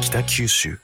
北九州。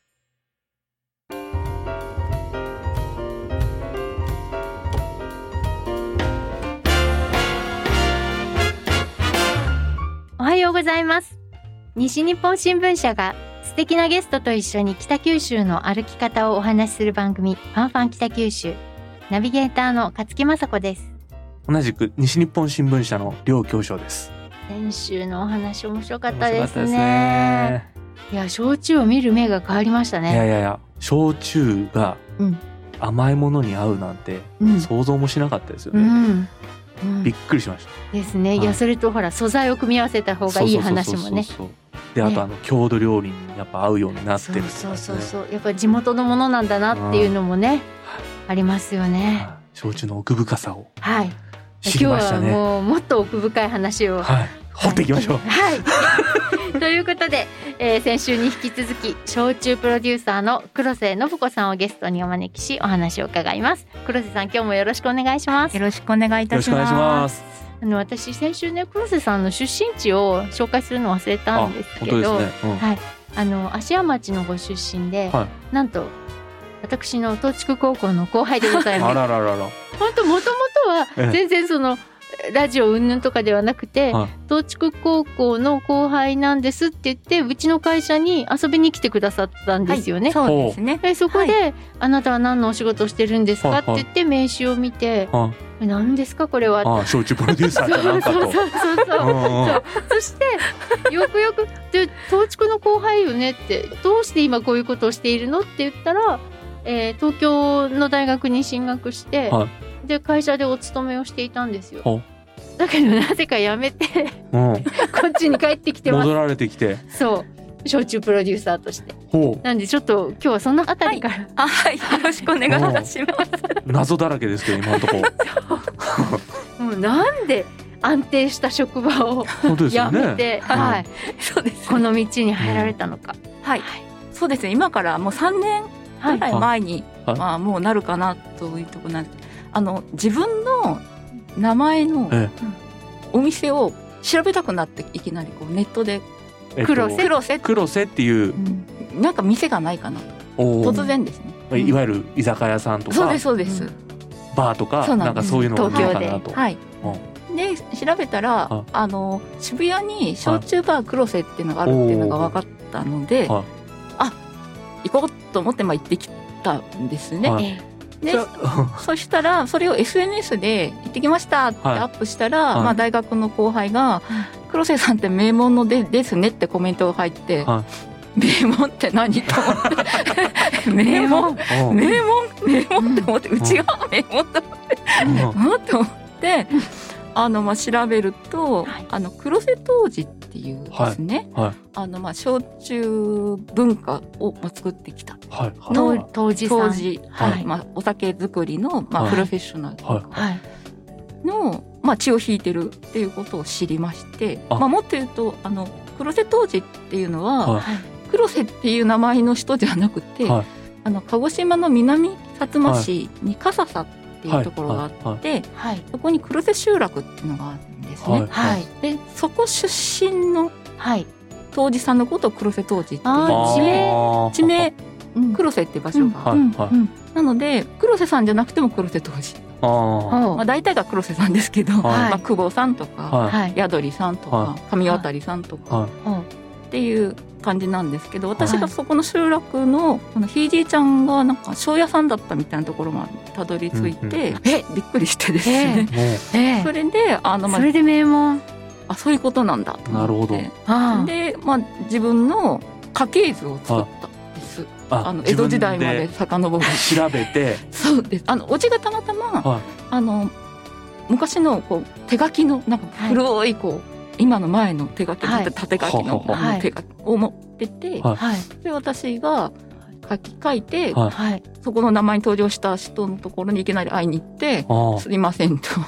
おはようございます。西日本新聞社が素敵なゲストと一緒に北九州の歩き方をお話しする番組、ファンファン北九州。ナビゲーターの勝木雅子です。 同じく西日本新聞社の両教授です。 先週のお話面白かったですね。いや、焼酎を見る目が変わりましたね。 いや焼酎が甘いものに合うなんて想像もしなかったですよね。びっくりしましたですね。いや、それとほら素材を組み合わせた方がいい話もね。 で、あと郷土料理にやっぱ合うようになってるってことですね。 そうやっぱ地元のものなんだなっていうのもね、ありますよね。 焼酎の奥深さを知りましたね。 今日はもっと奥深い話を、 掘っていきましょう。 ということで、先週に引き続き焼酎プロデューサーの黒瀬信子さんをゲストにお招きしお話を伺います。黒瀬さん、今日もよろしくお願いします。 よろしくお願いいたします。 私先週ね、黒瀬さんの出身地を紹介するの忘れたんですけど、芦屋町のご出身で、なんと私の東筑高校の後輩でございます。本当もともとは全然そのラジオ云々とかではなくて、東筑高校の後輩なんですって言ってうちの会社に遊びに来てくださったんですよね。 そうですね。 そこで、あなたは何のお仕事をしてるんですかって言って名刺を見て、何ですかこれは。 焼酎プロデューサーってなんかと。 そしてよくよくで、東筑の後輩よねって、どうして今こういうことをしているのって言ったら、東京の大学に進学して、で会社でお勤めをしていたんですよ。だけどなぜか辞めてこっちに帰ってきてます。 戻られてきて、 そう焼酎プロデューサーとして。なんでちょっと今日はそのあたりから、 よろしくお願いいたします。 謎だらけですけど今のところもうなんで安定した職場を辞めて、 そうですね、 この道に入られたのか。 そうですね。今からもう3年ぐらい前に、もうなるかなというところなんです。自分の名前のお店を調べたくなって、いきなりこうネットで黒瀬っていう、 なんか店がないかなと突然ですね。 いわゆる居酒屋さんとか、 そうです、 バーとかなんかそういうのがないかなと。 で調べたら、渋谷に焼酎バー黒瀬っていうのがあるっていうのが分かったので、行こうと思って行ってきたんですね。でそしたらそれを SNS で行ってきましたってアップしたら、大学の後輩が、黒瀬さんって名門のですねってコメントが入って、名門って何と思って名門って思って、うちが名門と思って調べると、黒瀬杜氏っていうですね、焼酎文化を作ってきた杜氏さん、お酒作りのプロフェッショナルの血を引いてるっていうことを知りまして、もっと言うと黒瀬杜氏っていうのは、黒瀬っていう名前の人じゃなくて、鹿児島の南薩摩市に笠佐っていうところがあって、そこに黒瀬集落っていうのがあるんですね。でそこ出身の杜氏さんのことを黒瀬杜氏っていう地名黒瀬っていう場所がある。なので黒瀬さんじゃなくても黒瀬杜氏、大体が黒瀬さんですけど、久保さんとか宿りさんとか上渡さんとかっていう感じなんですけど、私がそこの集落のひいじいちゃんがなんか庄屋さんだったみたいなところまでたどり着いて、びっくりしてですね、それでそれで名門、 そういうことなんだと思って、で、自分の家系図を作ったんです。江戸時代まで遡って調べてそうです。おじがたまたま、昔のこう手書きのなんか古い今の前の手書き、縦書きの手書きを持ってて、で私が書いて、そこの名前に登場した人のところにいきなり会いに行って「すいません」と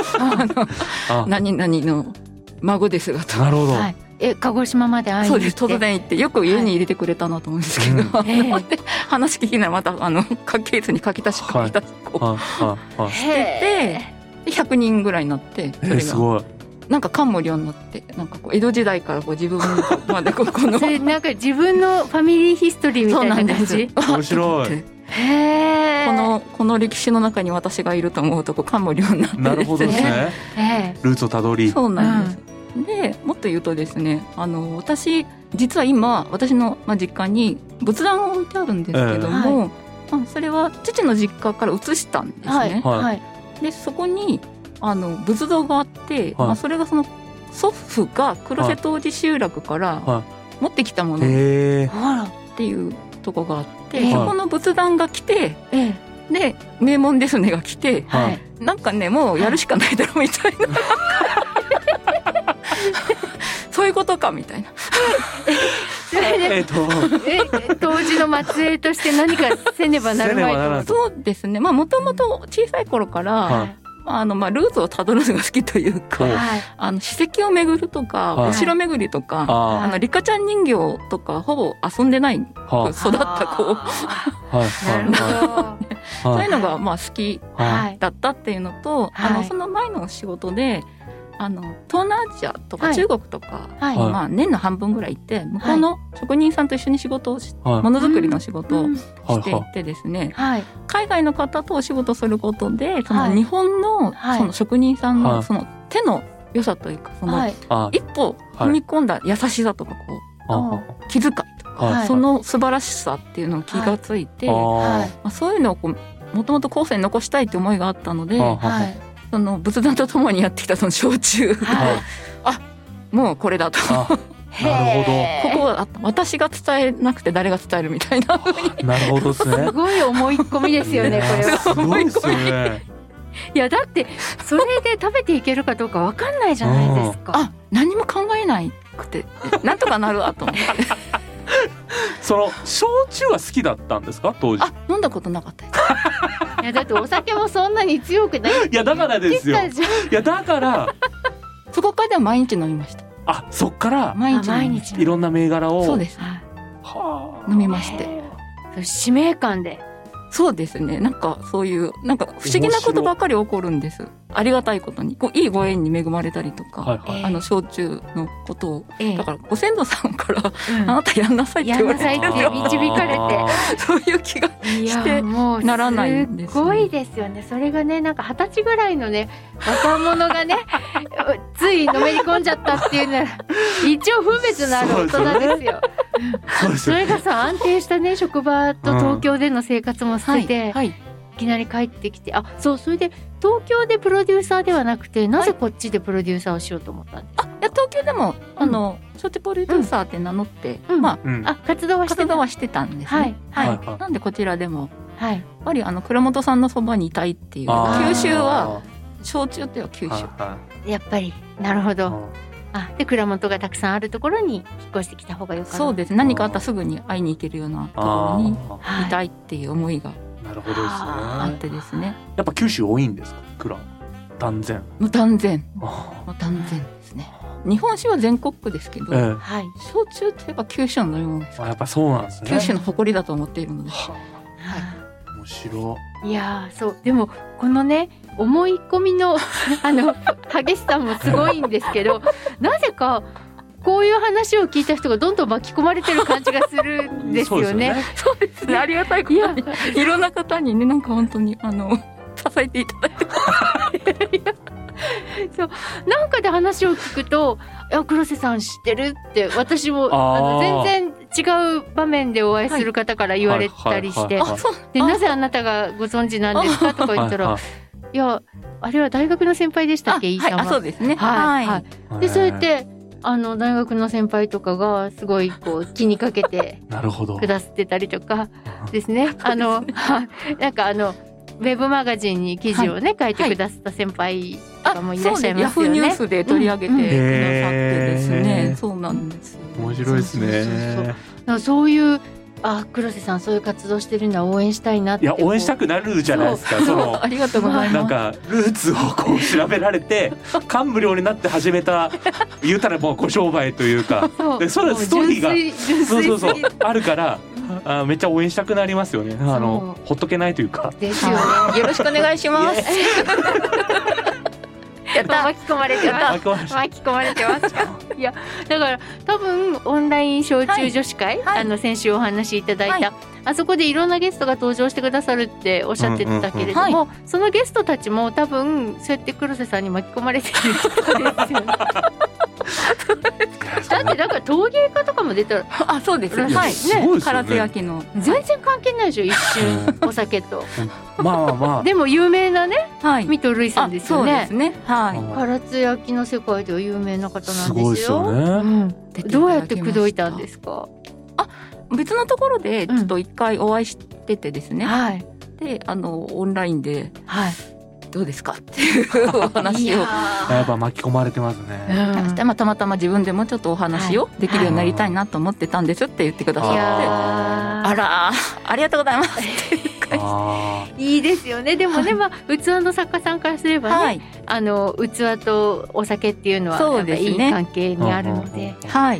「何々の孫ですが」と。 なるほど。 鹿児島まで会いに行って。 そうです。突然行って、よく家に入れてくれたなと思うんですけど、話聞きながらまた家系図に書き足ししてて、100人ぐらいになって、それがなんか感無量になって、なんかこう江戸時代からこう自分までこのそれなんか自分のファミリーヒストリーみたいな感じ。 面白い。 へー。この歴史の中に私がいると思うとこう感無量になってですね。 なるほどですね。ルーツをたどり。 そうなんです。でもっと言うとですね、私実は今私の実家に仏壇を置いてあるんですけども、それは父の実家から移したんですね。でそこに仏像があって、それがその祖父が黒瀬戸内集落から持ってきたものっていうとこがあって、そこの仏壇が来て、で名門ですねが来て、なんかねもうやるしかないだろうみたいなそういうことかみたいな当時の末裔として何かせねばならないと。 そうですね、もともと小さい頃から、ルーツをたどるのが好きというか、史跡を巡るとか、お城巡りとか、リカちゃん人形とかほぼ遊んでない、育った子そういうのが好きだったっていうのと、その前の仕事で東南アジアとか中国とか、年の半分ぐらい行って向こうの職人さんと一緒に仕事をものづくりの仕事をしていてですね、海外の方とお仕事することでその日本のその職人さんのその手の良さというか、その一歩踏み込んだ優しさとかこう気遣いとか、その素晴らしさっていうのを気がついて、そういうのをもともと後世に残したいって思いがあったので、その仏壇とともにやってきたその焼酎が、もうこれだと。 なるほど。 ここは私が伝えなくて誰が伝えるみたいな。 なるほどですね。 すごい思い込みですよね、これは。 すごいですよね。 いやだってそれで食べていけるかどうかわかんないじゃないですか。 何も考えないくてなんとかなるわと思って。 その焼酎は好きだったんですか当時？ 飲んだことなかったです。 いやだってお酒もそんなに強くない。 いやだからですよ。いやだからそこから毎日飲みました。 そっから毎日いろんな銘柄を。 そうです。飲みまして。 使命感で。 そうですね。なんかそういうなんか不思議なことばかり起こるんです。ありがたいことにいいご縁に恵まれたりとか、焼酎のことを、だからご先祖さんから、あなたやんなさいって言われて導かれてそういう気がしてならないんです。 すごいですよね。それがねなんか20歳ぐらいのね若者がねついのめり込んじゃったっていうなら一応分別のある大人ですよ。それがさ安定したね職場と東京での生活も捨てて、いきなり帰ってきてそれで東京でプロデューサーではなくてなぜこっちでプロデューサーをしようと思ったんですか？ いや東京でも焼酎プロデューサーって名乗って、 活動はしてたんですね。なんでこちらでもやっぱり倉本さんのそばにいたいっていう、九州は焼酎っては九州、 やっぱりなるほど。で蔵元がたくさんあるところに引っ越してきた方がよかった。 そうです。何かあったらすぐに会いに行けるようなところにいたいっていう思いがあってですね。 やっぱ九州多いんですか？蔵断然ですね。日本酒は全国区ですけど、焼酎ってやっぱ九州の飲み物です。 やっぱそうなんですね。 九州の誇りだと思っているので。 面白い。いやそうでもこのね思い込みの激しさもすごいんですけどなぜかこういう話を聞いた人がどんどん巻き込まれてる感じがするんですよね。 そうですね。ありがたいことにいろんな方にねなんか本当に支えていただいてそうなんかで話を聞くと黒瀬さん知ってるって私も全然違う場面でお会いする方から言われたりして、でなぜあなたがご存知なんですかとか言ったらいやあれは大学の先輩でしたっけ？飯さんは。 そうですね。 でそうやって大学の先輩とかがすごいこう気にかけてくださってたりとかですね。なんかウェブマガジンに記事をね書いてくださった先輩とかもいらっしゃいますよね。 ヤフーニュースで取り上げてくださってですね。そうなんです。 面白いですね。 そういう黒瀬さんそういう活動してるのは応援したいなって。 いや応援したくなるじゃないですか。 ありがとうございます。 なんかルーツをこう調べられて感無量になって始めた言うたらもうご商売というかでそれストーリーがあるからめっちゃ応援したくなりますよね。ほっとけないというか。 ですよね。 よろしくお願いします。 やった巻き込まれてます巻き込まれてますかいやだから多分オンライン小中女子会、先週お話しいただいた、あそこでいろんなゲストが登場してくださるっておっしゃってたけれども、そのゲストたちも多分そうやって黒瀬さんに巻き込まれてる人ですよねだってだから陶芸家とかも出たらそうですね、唐津焼の全然関係ないでしょ一瞬お酒とまあでも有名なね水戸類さんですよね。 そうですね、 唐津焼の世界では有名な方なんですよ。 すごいですよね、 どうやって口説いたんですか？ 別のところでちょっと一回お会いしててですね、でオンラインで、どうですかっていうお話をやっぱ巻き込まれてますね、 たまたま自分でもちょっとお話をできるようになりたいなと思ってたんですって言ってくださって、あらありがとうございますっていう感じいいですよね。でもね、器の作家さんからすればね、器とお酒っていうのはやっぱいい関係にあるので、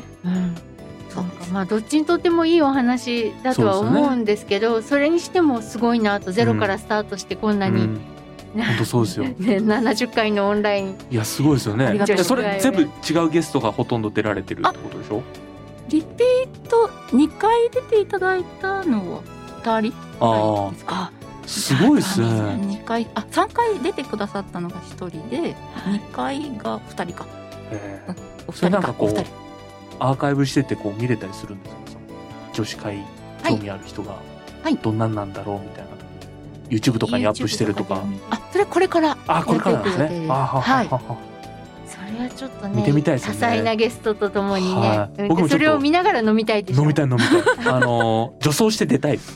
どっちにとってもいいお話だとは思うんですけど、それにしてもすごいなと、ゼロからスタートしてこんなに、 本当そうですよ 70回のオンライン、 いやすごいですよね。それ全部違うゲストがほとんど出られてるってことでしょ？ リピート2回出ていただいたのは2人ですか？ すごいですね。 3回出てくださったのが1人で、2回が2人か。お二人かお二人。 アーカイブしてて見れたりするんですか？女子会興味ある人がどんなんなんだろうみたいな、YouTube とかにアップしてるとか。 それこれからこれからなんですね。 それはちょっとね、 見てみたいですね。 多彩なゲストとともにね、僕もそれを見ながら飲みたいです。 飲みたい女装して出たいです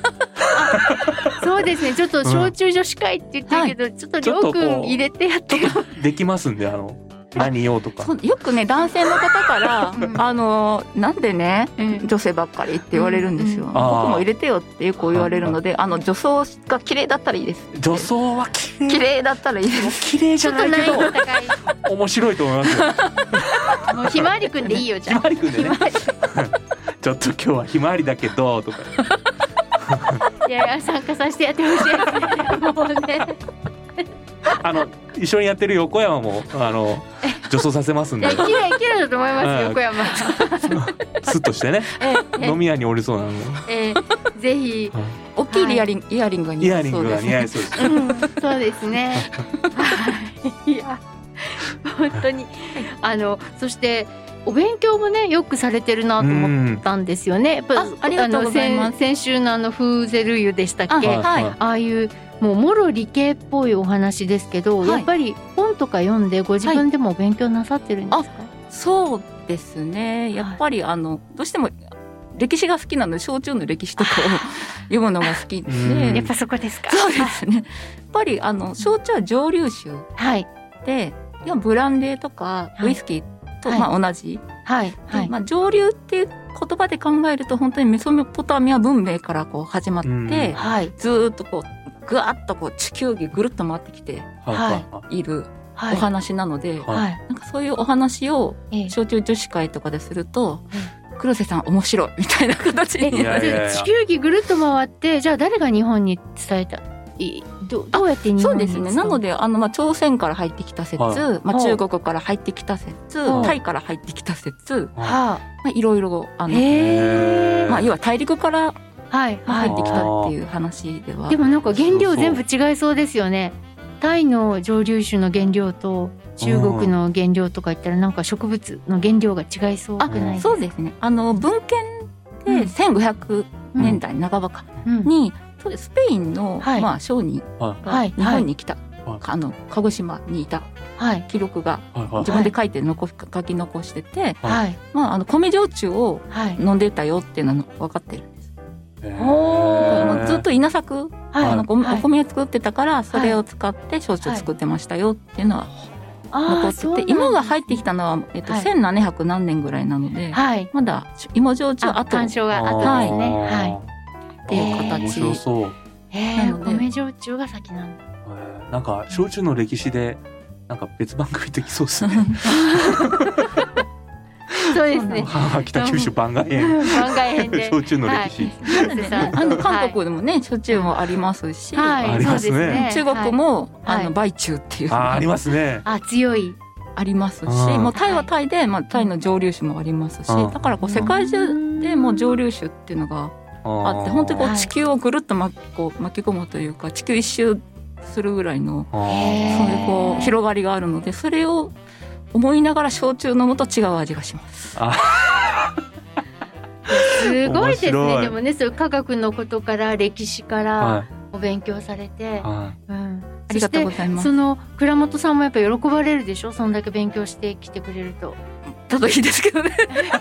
そうですね、ちょっと小中女子会って言ってるけど、ちょっとりょうくん入れてやってできますんで、何よとか。 よくね、男性の方からなんでね、女性ばっかりって言われるんですよ。僕も入れてよってよく言われるので、女装が綺麗だったらいいです。 女装は綺麗だったらいいです。 綺麗じゃないけど面白いと思いますよ。 もうひまわりくんでいいよ、じゃあ。 ひまわりくんでねちょっと今日はひまわりだけどとかいや参加させてやってほしいですね。もうね一緒にやってる横山も女装させますんで。 綺麗だと思います、横山。 スッとしてね、飲み屋におりそうなので、 ぜひ大きいイヤリングが似合いそうです。 そうですね。いや本当にそしてお勉強もねよくされてるなと思ったんですよね。やっぱありがとうございます。 先週のフーゼル湯でしたっけ？ああいうもうもろ理系っぽいお話ですけど、やっぱり本とか読んでご自分でもお勉強なさってるんですか？ そうですね。やっぱりどうしても歴史が好きなので、焼酎の歴史とかを読むのが好きで、 やっぱそこですか？ そうですね。やっぱり焼酎は蒸留酒で、ブランデーとかウイスキーと同じ。蒸留っていう言葉で考えると、本当にメソポタミア文明から始まって、ずっとぐわっと地球儀ぐるっと回ってきているお話なので、なんかそういうお話を小中女子会とかですると、黒瀬さん面白いみたいな形に地球儀ぐるっと回って、じゃあ誰が日本に伝えた？どうやって日本に？ そうですね。なので朝鮮から入ってきた説、中国から入ってきた説、タイから入ってきた説、いろいろ要は大陸から入ってきたっていう話では。 でもなんか原料全部違いそうですよね。タイの蒸留酒の原料と中国の原料とか言ったら、なんか植物の原料が違いそうくないですか？ そうですね。文献で1500年代半ばかに、スペインの商人が日本に来た、鹿児島にいた記録が自分で書いて書き残してて、米焼酎を飲んでたよっていうのが分かってるんです。ずっと稲作、お米を作ってたから、それを使って焼酎作ってましたよっていうのは残ってて、芋が入ってきたのは1700何年ぐらいなので、まだ芋焼酎後干渉が後ですね。 っていう形。 面白そう。 米焼酎が先なんだ。 なんか焼酎の歴史でなんか別番組できそうですね。 そうですね。 北九州番外編。 番外編で。 焼酎の歴史。 韓国でもね、焼酎もありますし。 ありますね。 中国も梅酎っていう。 ありますね。 強い。 ありますし、もうタイはタイで、タイの蒸留酒もありますし、だから世界中でもう蒸留酒っていうのがあって、本当に地球をぐるっと巻き込むというか、地球一周するぐらいのそういう広がりがあるので、それを思いながら焼酎飲むと違う味がします。 すごいですね。でもね、そういう科学のことから歴史からお勉強されて、 ありがとうございます。 その倉本さんもやっぱ喜ばれるでしょ、そんだけ勉強してきてくれると。 だといいですけどね。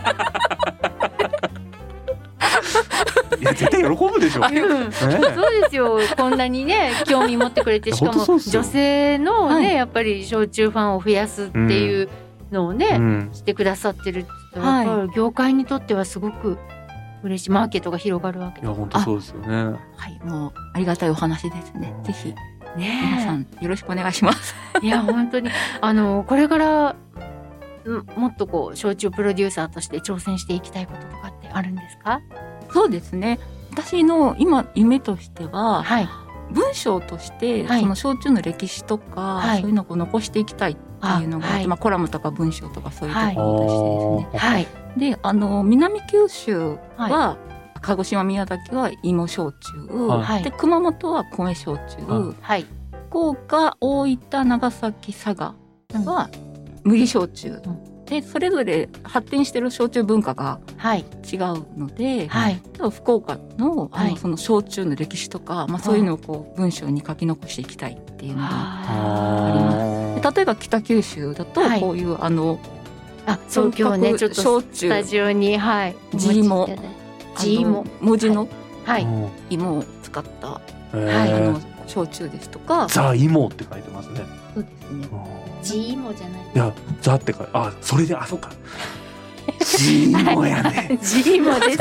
いや絶対喜ぶでしょ。 そうですよ。こんなにね興味持ってくれて、しかも女性のね、やっぱり焼酎ファンを増やすっていうのをね、してくださってるって言ったら、業界にとってはすごく嬉しい。マーケットが広がるわけです。 いや本当そうですよね。 はい、もうありがたいお話ですね。ぜひ皆さんよろしくお願いします。 いや本当にこれからもっと焼酎プロデューサーとして挑戦していきたいこととかってあるんですか？ そうですね。私の今夢としては、文章として、その焼酎の歴史とか、そういうのを残していきたいっていうのがあって、コラムとか文章とかそういうところとしてですね。で、南九州は、鹿児島宮崎は芋焼酎、で熊本は米焼酎、福岡大分長崎佐賀は麦焼酎、でそれぞれ発展してる焼酎文化が違うので、福岡の、その焼酎の歴史とか、そういうのを文章に書き残していきたいっていうのがあります。例えば北九州だとこういうそう今日ねちょっとスタジオに地芋文字の芋を使った焼酎ですとか、 ザ芋って書いてますね。 そうですね。 ジ芋じゃない。 いやザって書いて、それでそうか。ジ芋やね。 ジ芋です。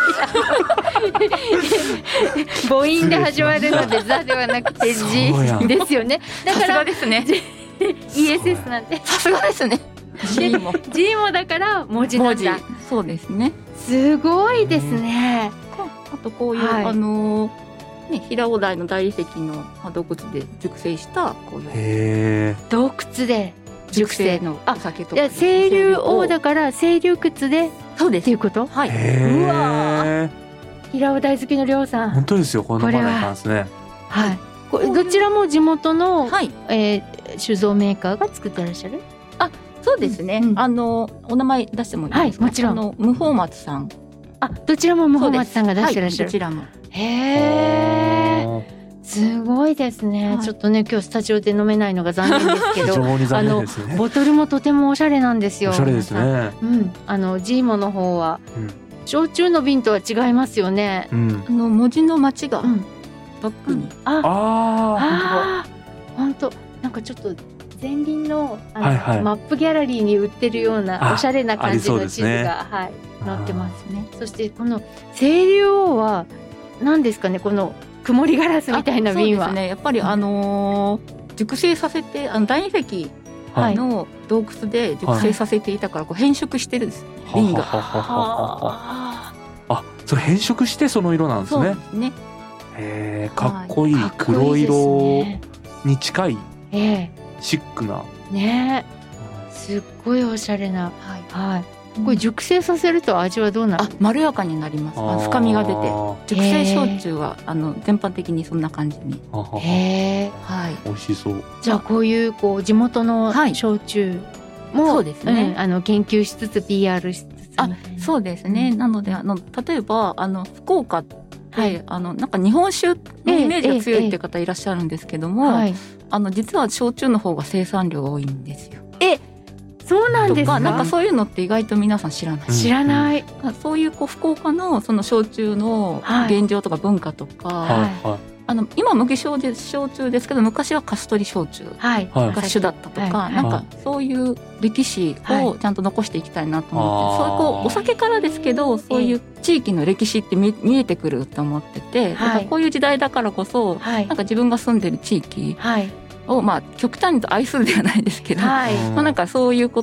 母音で始まるのでザではなくてジですよね。だからですね。 ESS なんて。 さすがですね。 ジ芋だから文字なんだ。 そうですね。 すごいですね。 あとこういう平尾台の大理石の洞窟で熟成したこういう洞窟で熟成のお酒とか、清流王だから清流窟でっていうこと？ はい。 うわ、平尾台好きのりょうさん、 本当ですよ。こんなまだいたんですね。 はい。どちらも地元の酒造メーカーが作ってらっしゃる？ そうですね。お名前出してもいいですか？ もちろん。 無法松さん。 どちらも無法松さんが出してらっしゃる。 どちらも。 へー、すごいですね。ちょっとね今日スタジオで飲めないのが残念ですけど、 非常に残念ですね。 ボトルもとてもおしゃれなんですよ。 おしゃれですね。 ジーモの方は、焼酎の瓶とは違いますよね。 文字の町がバックに。 本当なんかちょっと前輪のマップギャラリーに売ってるようなおしゃれな感じの地図が載ってますね。そしてこの清流王は何ですかね、この曇りガラスみたいな瓶は。 そうですね。やっぱり熟成させて大理石の洞窟で熟成させていたから変色してるんです瓶が。 それ変色してその色なんですね。 そうですね。 かっこいい黒色に近いシックなね。すっごいおしゃれな。これ熟成させると味はどうなる？ まろやかになります。深みが出て、熟成焼酎は全般的にそんな感じに。 美味しそう。 じゃあこういう地元の焼酎もそうですね。 研究しつつ PR しつつ。 そうですね。なので例えば福岡ってなんか日本酒のイメージが強いっていう方いらっしゃるんですけども、実は焼酎の方が生産量が多いんですよ。 そうなんですか。 なんかそういうのって意外と皆さん知らない。 知らない。 そういう福岡のその焼酎の現状とか文化とか、今麦焼酎ですけど昔はカストリ焼酎が主だったとか、なんかそういう歴史をちゃんと残していきたいなと思って、そういうお酒からですけどそういう地域の歴史って見えてくると思ってて、こういう時代だからこそなんか自分が住んでる地域を極端にと愛するではないですけど、なんかそういうこと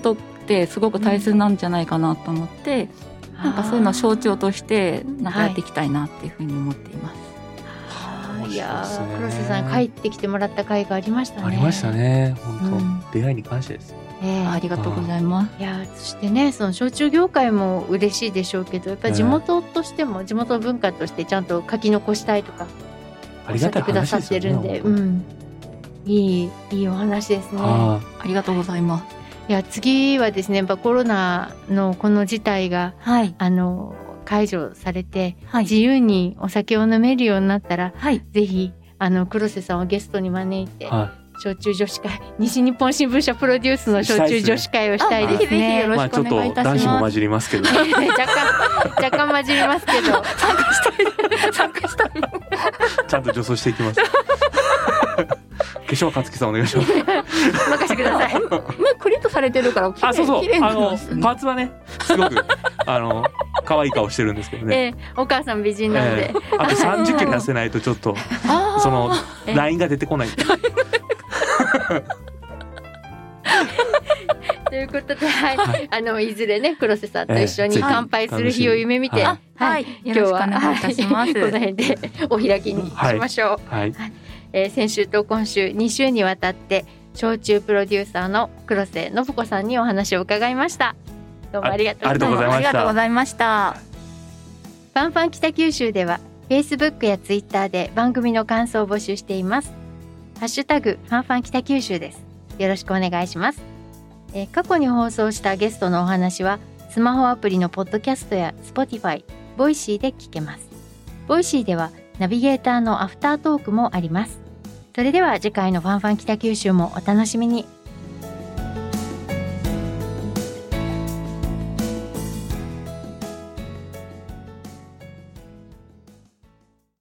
ってすごく大切なんじゃないかなと思って、なんかそういうのを象徴としてなんかやっていきたいなっていうふうに思っています。 いや黒瀬さん帰ってきてもらった会がありましたね。 ありましたね。本当、出会いに感謝です。 ありがとうございます。 いやそしてね、その焼酎業界も嬉しいでしょうけど、やっぱり地元としても、地元の文化としてちゃんと書き残したいとかおっしゃってくださってるんで、いいお話ですね。 ありがとうございます。 いや次はですね、やっぱコロナのこの事態が、解除されて、自由にお酒を飲めるようになったら、ぜひ黒瀬さんをゲストに招いて、焼酎女子会、西日本新聞社プロデュースの焼酎女子会をしたいですね。 よろしくお願いいたします。 男子も混じりますけど若干混じりますけど参加したいちゃんと女装していきます。化粧勝木さんお願いします。 任せてください。 目クリッとされてるから綺麗にパーツはねすごく可愛い顔してるんですけどね。 お母さん美人なんで、 あと30キロ痩せないとちょっとそのラインが出てこない。 ということで、いずれね黒瀬さんと一緒に乾杯する日を夢見て、今日はこの辺でお開きにしましょう。先週と今週2週にわたって焼酎プロデューサーの黒瀬信子さんにお話を伺いました。どうもありがとうございました。 ありがとうございました。 ファンファン北九州では Facebook や Twitter で番組の感想を募集しています。ハッシュタグファンファン北九州です。よろしくお願いします。過去に放送したゲストのお話はスマホアプリのポッドキャストや Spotify、ボイシーで聞けます。ボイシーではナビゲーターのアフタートークもあります。それでは次回のファンファン北九州もお楽しみに。